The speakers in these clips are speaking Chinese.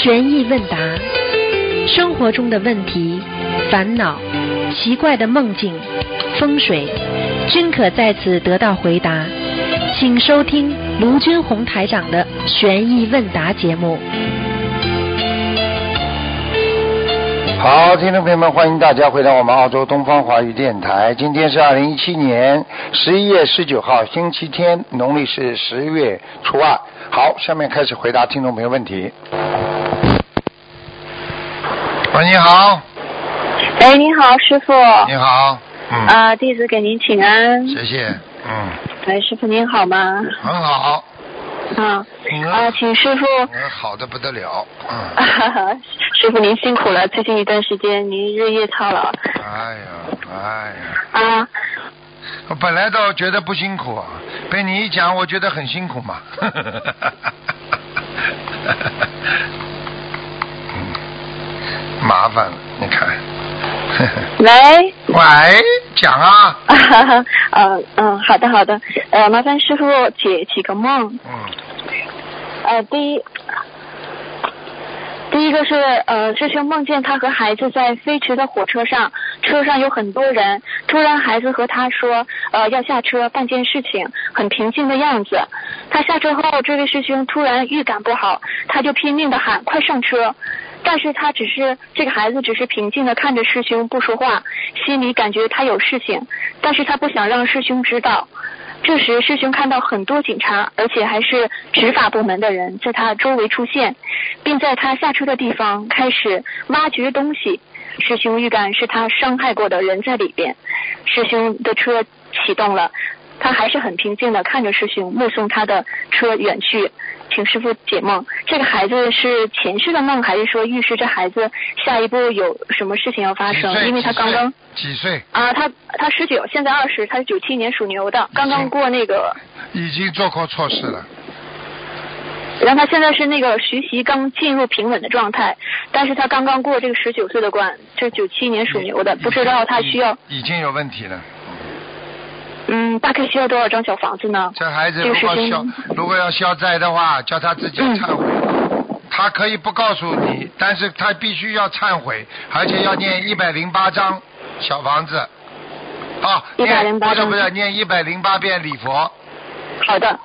悬疑问答，生活中的问题、烦恼、奇怪的梦境、风水，均可在此得到回答。请收听卢军红台长的悬疑问答节目。 好，听众朋友们，欢迎大家回到我们澳洲东方华语电台。今天是2017年11月19号，星期天，农历是10月初2。好，下面开始回答听众朋友问题。喂，你好。 哎，你好，师傅。 你好。 弟子给您请安。 谢谢。 哎，师傅您好吗？ 很好。 请师傅。 好的不得了。 师傅您辛苦了，最近一段时间您日夜操劳。 我本来倒觉得不辛苦，被你一讲，我觉得很辛苦嘛。麻烦了，你看。 喂， 讲啊。 好的。麻烦师傅解几个梦。第一个是师兄梦见他和孩子在飞驰的火车上，车上有很多人，突然孩子和他说要下车办件事情，很平静的样子。他下车后，这位师兄突然预感不好，他就拼命的喊快上车，但是这个孩子只是平静的看着师兄不说话，心里感觉他有事情，但是他不想让师兄知道。这时师兄看到很多警察，而且还是执法部门的人在他周围出现，并在他下车的地方开始挖掘东西。师兄预感是他伤害过的人在里边。师兄的车启动了，他还是很平静的看着师兄，目送他的车远去。请师父解梦，这个孩子是前世的梦，还是说预示这孩子下一步有什么事情要发生？因为他刚刚几岁？ 他19，现在20，他是97年属牛的，刚刚过那个。 已经做过错事了。 然后他现在是那个学习刚进入平稳的状态，但是他刚刚过这个19岁的关，这97年属牛的，不知道他需要。 已经有问题了。 大概需要多少张小房子呢？ 这孩子如果要消灾的话，叫他自己忏悔。他可以不告诉你，但是他必须要忏悔，而且要念108张小房子。108张。不是，念108遍礼佛。 好的。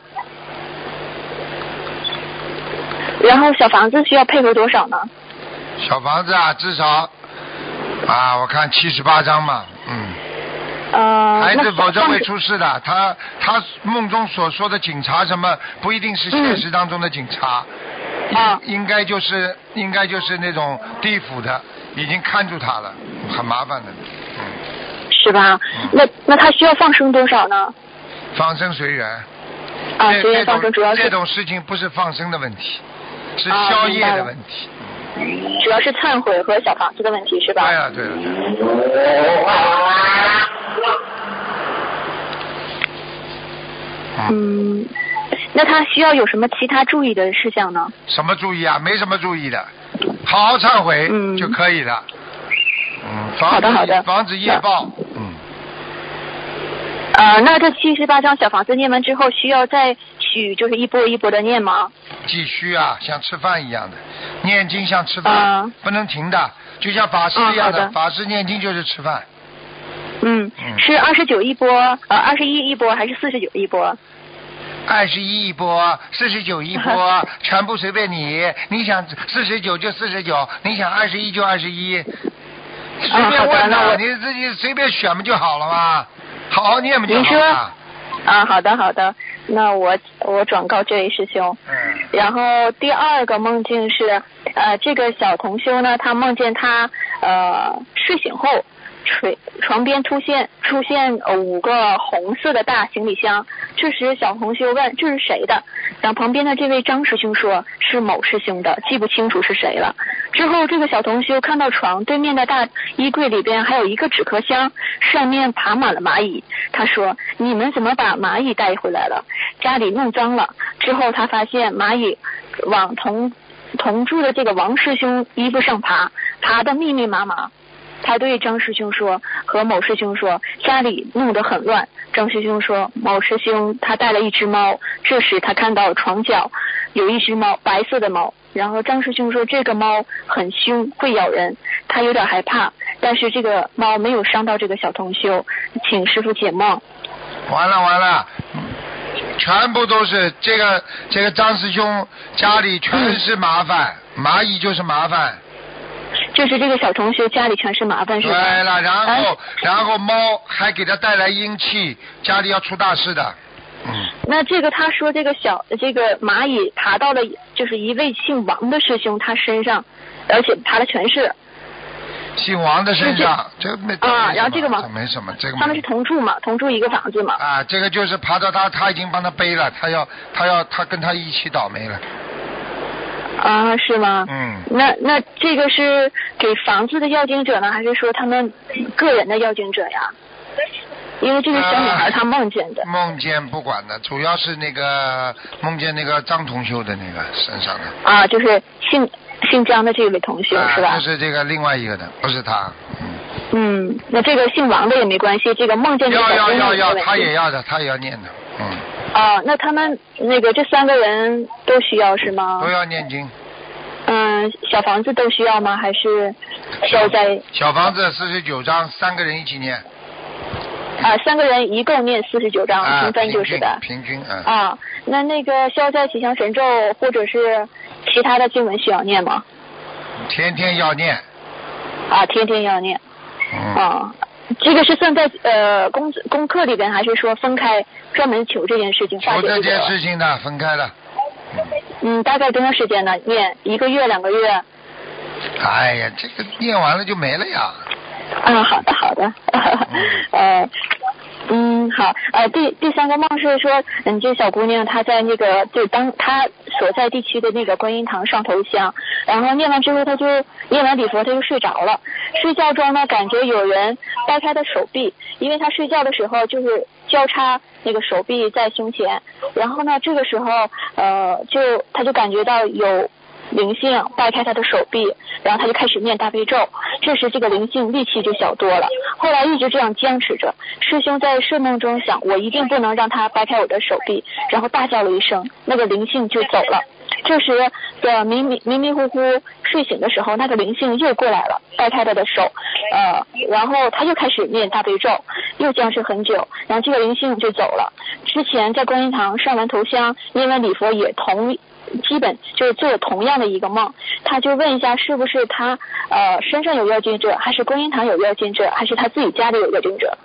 然后小房子需要配合多少呢？ 小房子至少我看78张嘛。孩子否则会出事的。他梦中所说的警察什么不一定是现实当中的警察。应该就是那种地府的，已经看住他了，很麻烦的。 是吧？那他需要放生多少呢？ 放生随缘。 随缘放生主要是这种事情不是放生的问题，是消业的问题。 主要是忏悔和小房子的问题是吧？ 对了。 那他需要有什么其他注意的事项呢？ 什么注意啊？没什么注意的，好好忏悔就可以了。 好的。 防止业报。 那这78张小房子念完之后，需要再许就是一波一波的念吗？ 继续像吃饭一样的，念经像吃饭，不能停的，就像法师一样的，法师念经就是吃饭。 是29一波，21一波还是49一波 ？21一波，49一波，全部随便你。你想49就49，你想21就21，随便问的，你自己随便选不就好了吗？好好念不就好了？ 好的，那我转告这位师兄。然后第二个梦境是这个小同修呢，他梦见他睡醒后床边出现5个红色的大行李箱。这时小同修问这是谁的，然后旁边的这位张师兄说是某师兄的，记不清楚是谁了。之后这个小同修看到床对面的大衣柜里边还有一个纸壳箱，上面爬满了蚂蚁。他说你们怎么把蚂蚁带回来了？家里弄脏了。之后他发现蚂蚁往同住的这个王师兄衣服上爬得密密麻麻。他对张师兄说和某师兄说家里弄得很乱。张师兄说某师兄他带了一只猫。这时他看到床角有一只猫，白色的猫。然后张师兄说这个猫很凶，会咬人，他有点害怕，但是这个猫没有伤到这个小同修，请师父解梦。 完了，全部都是这个张师兄家里全是麻烦，蚂蚁就是麻烦。 就是这个小同学家里全是麻烦是吧？ 对了，然后猫还给他带来阴气，家里要出大事的。 那这个他说这个蚂蚁爬到了就是一位姓王的师兄他身上，而且爬的全是姓王的身上，这没啊， 然后这个嘛没什么，这个他们是同住嘛，同住一个房子嘛。 啊，这个就是爬到他已经帮他背了，他跟他一起倒霉了。 啊，是吗？那这个是给房子的要经者呢，还是说他们个人的要经者呀？因为这个小女孩她梦见的。 梦见不管的，主要是那个梦见那个张同修的那个身上的。 啊，就是姓张的这位同学是吧？ 就是这个另外一个的，不是他。 那这个姓王的也没关系，这个梦见这个要，他也要的，他也要念的。 那他们那个这3个人都需要是吗？ 都要念经。 小房子都需要吗？还是消灾？ 小房子49章，3个人一起念。 3个人一共念49章，平分就是的。 平均那个消灾吉祥神咒或者是其他的经文需要念吗？ 天天要念。 天天要念。这个是算在功课里边，还是说分开专门求这件事情？ 求这件事情的分开的。 大概多长时间呢？念1个月、2个月？ 哎呀，这个念完了就没了呀。 好的。好。第3个梦是说，这小姑娘她在那个就当她所在地区的那个观音堂上头香，然后念完之后，她就念完礼佛，她就睡着了。睡觉中呢，感觉有人掰开她手臂，因为她睡觉的时候就是交叉那个手臂在胸前，然后呢，这个时候她就感觉到有灵性掰开他的手臂，然后他就开始念大悲咒，这时这个灵性力气就小多了，后来一直这样僵持着。师兄在睡梦中想，我一定不能让他掰开我的手臂，然后大叫了一声，那个灵性就走了。这时的迷迷糊糊睡醒的时候，那个灵性又过来了，掰开他的手，然后他又开始念大悲咒，又僵持很久，然后这个灵性就走了。之前在观音堂上完头香，念完礼佛也基本就是做同样的一个梦，他就问一下是不是他身上有妖精者，还是观音堂有妖精者，还是他自己家里有妖精者？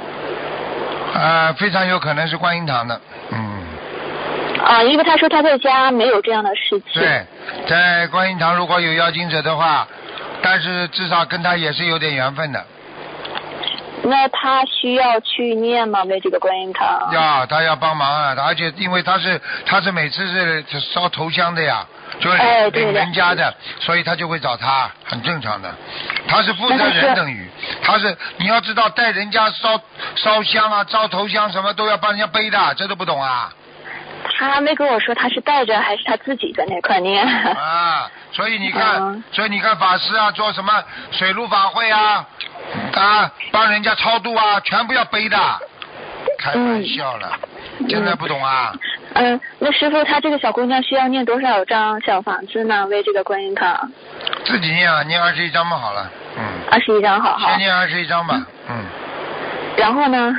非常有可能是观音堂的。 因为他说他在家没有这样的事情。 对，在观音堂如果有妖精者的话，但是至少跟他也是有点缘分的。 那他需要去念吗？为这个观音堂？ 他要帮忙啊！而且因为他是每次是烧头香的呀，就是领人家的，所以他就会找他，很正常的。他是负责人等于，你要知道带人家烧香啊、烧头香什么都要帮人家背的，这都不懂啊？ 他没跟我说他是带着还是他自己在那块念。 所以你看法师啊，做什么水陆法会啊，帮人家超度啊，全部要背的。开玩笑了，现在不懂啊？ 那师傅，他这个小姑娘需要念多少张小房子呢？为这个观音堂？ 自己念啊，念21张嘛，好了。 21张好。 先念21张吧。 然后呢？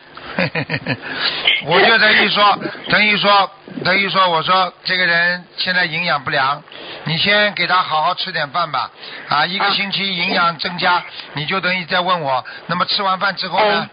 我就等于说，我说这个人现在营养不良，你先给他好好吃点饭吧。1个星期营养增加，你就等于再问我。那么吃完饭之后呢？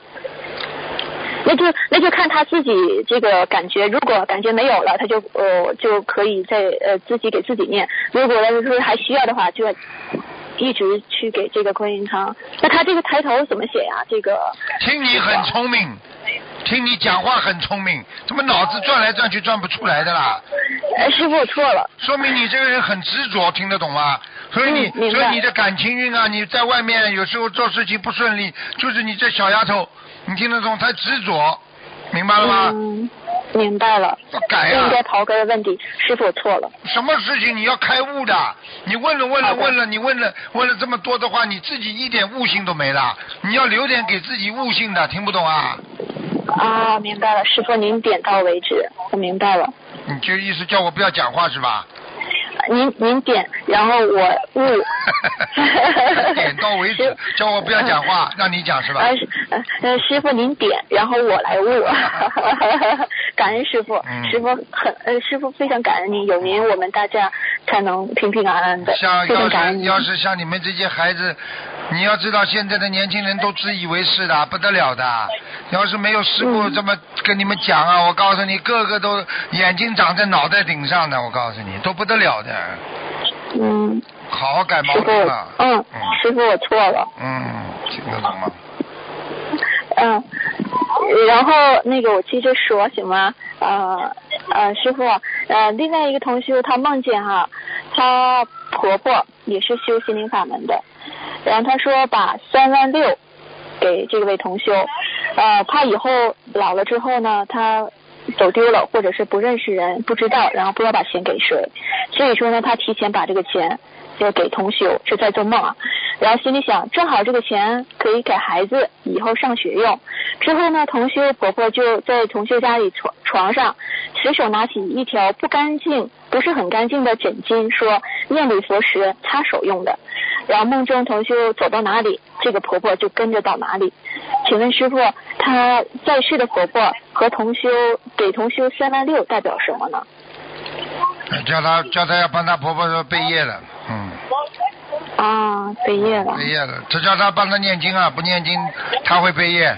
那就看他自己这个感觉，如果感觉没有了，他就可以再自己给自己念。如果要是还需要的话，就一直去给这个观音堂。那他这个抬头怎么写呀？这个听你很聪明，听你讲话很聪明，怎么脑子转来转去转不出来的啦？ 师傅我错了。 说明你这个人很执着，听得懂吗？所以你的感情运啊，你在外面有时候做事情不顺利，就是你这小丫头，你听得懂？太执着，明白了吗？ 明白了。 改应该刨根问底，师傅我错了。 什么事情你要开悟的？你问了，你问了这么多的话，你自己一点悟性都没了。你要留点给自己悟性的，听不懂啊？ 啊，明白了，师傅您点到为止，我明白了。 你就意思叫我不要讲话是吧？ 您点，然后我悟。 点到为止，叫我不要讲话，让你讲是吧？ 师傅您点，然后我来悟。感恩师傅，师傅非常感恩您，有您我们大家才能平平安安的。非常感恩您。 要是像你们这些孩子，你要知道现在的年轻人都自以为是的，不得了的。要是没有师傅这么跟你们讲啊，我告诉你，个个都眼睛长在脑袋顶上的，我告诉你，都不得了的。好好改毛病了。 师傅我错了。 听得懂吗？ 然后那个我接着说行吗？师傅，另外一个同修他梦见她婆婆也是修心灵法门的，然后他说把3.6万给这位同修，他以后老了之后呢，他走丢了或者是不认识人不知道，然后不知道把钱给谁，所以说呢他提前把这个钱就给同修，是在做梦啊。然后心里想，正好这个钱可以给孩子以后上学用。之后呢，同修婆婆就在同修家里床上随手拿起一条不是很干净的枕巾，说念礼佛时擦手用的。然后梦中同修走到哪里，这个婆婆就跟着到哪里。请问师傅，她在世的婆婆和给同修3.6万代表什么呢？ 叫她要帮她婆婆说背业了。 背业了。 背业了，这叫她帮她念经啊，不念经她会背业。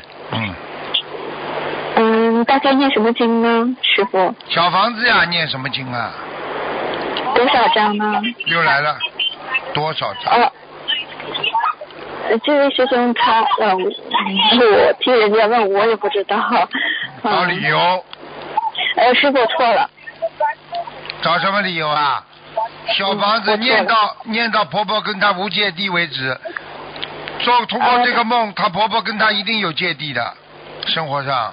大概念什么经呢，师傅？ 小房子呀，念什么经啊？ 多少张呢？ 又来了，多少张？ 这位学生他我听人家问我也不知道。 找理由。 师傅错了。 找什么理由啊？小房子念到婆婆跟她无芥蒂为止。通过这个梦，她婆婆跟她一定有芥蒂的，生活上。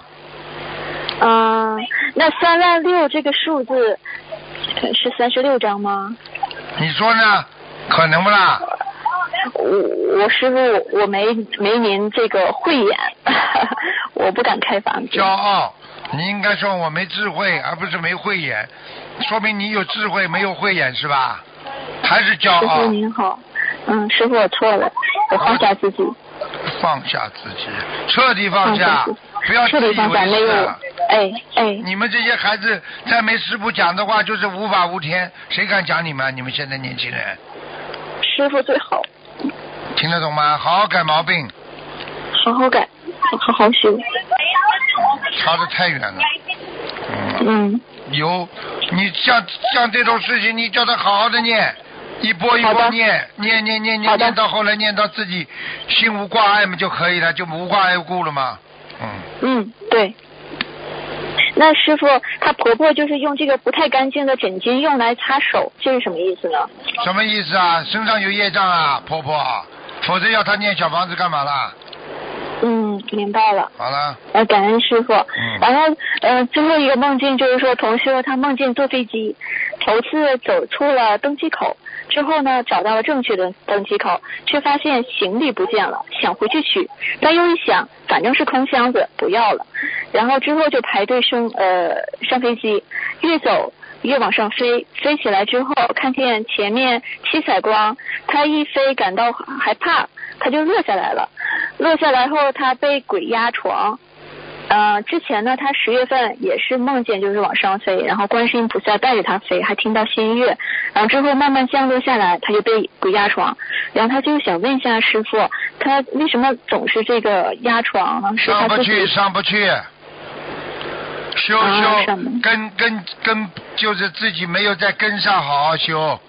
那3.6万这个数字是36张吗？ 你说呢？可能不啦？ 我师傅，我没您这个慧眼，我不敢开房子。 骄傲，你应该说我没智慧，而不是没慧眼，说明你有智慧没有慧眼是吧？还是骄傲？ 师傅您好，师傅我错了，我放下自己。 放下自己，彻底放下，不要自以为是。你们这些孩子再没师傅讲的话，就是无法无天，谁敢讲你们？你们现在年轻人。 师傅最好。 听得懂吗？好好改毛病。 好好改，好好修。 差得太远了。你像这种事情，你叫他好好的念。一波一波念到后来念到自己心无挂碍嘛就可以了，就无挂碍故了嘛。 对。那师傅，她婆婆就是用这个不太干净的枕巾用来擦手，这是什么意思呢？ 什么意思啊？身上有业障啊，婆婆，否则要她念小房子干嘛啦？ 明白了。 好了。 感恩师傅。然后最后一个梦境就是说，同修他梦见坐飞机，头次走出了登机口。之后呢，找到了正确的登机口，却发现行李不见了，想回去取，但又一想，反正是空箱子，不要了。然后之后就排队上飞机，越走越往上飞，飞起来之后看见前面七彩光，他一飞感到害怕，他就落下来了。落下来后，他被鬼压床。之前呢，他10月份也是梦见就是往上飞，然后观世音菩萨带着他飞，还听到新音乐，然后之后慢慢降落下来，他就被鬼压床。然后他就想问一下师傅，他为什么总是这个压床呢？是他自己上不去，修根就是自己没有在根上好好修，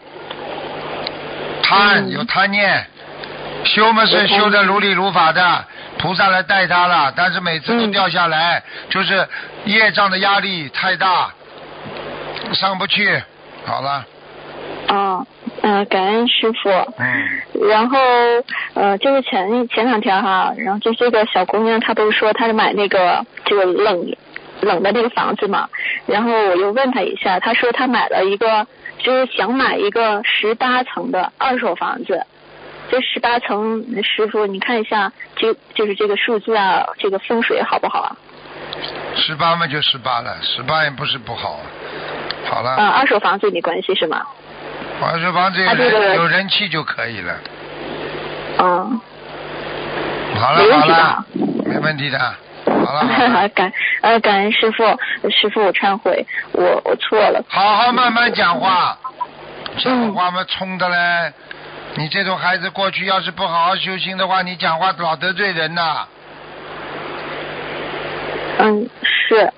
有贪念，修嘛是修的如理如法的。菩萨来带他了，但是每次都掉下来，就是业障的压力太大，上不去。好了。 感恩师傅。然后就是前2天然后就这个小姑娘她不是说她是买这个冷的那个房子嘛，然后我又问她一下，她说她买了一个就是想买一个18层的2手房子。这18层，师傅你看一下，就是这个数字啊，这个风水好不好啊？ 18嘛就18了，18也不是不好。好了。 二手房子没关系是吗？ 二手房子有人气就可以了。好了好了，没问题的。好了。 感恩师父，我忏悔，我错了。 好好慢慢讲话，讲话嘛冲的嘞。你这种孩子过去要是不好好修心的话，你讲话老得罪人呐。 是。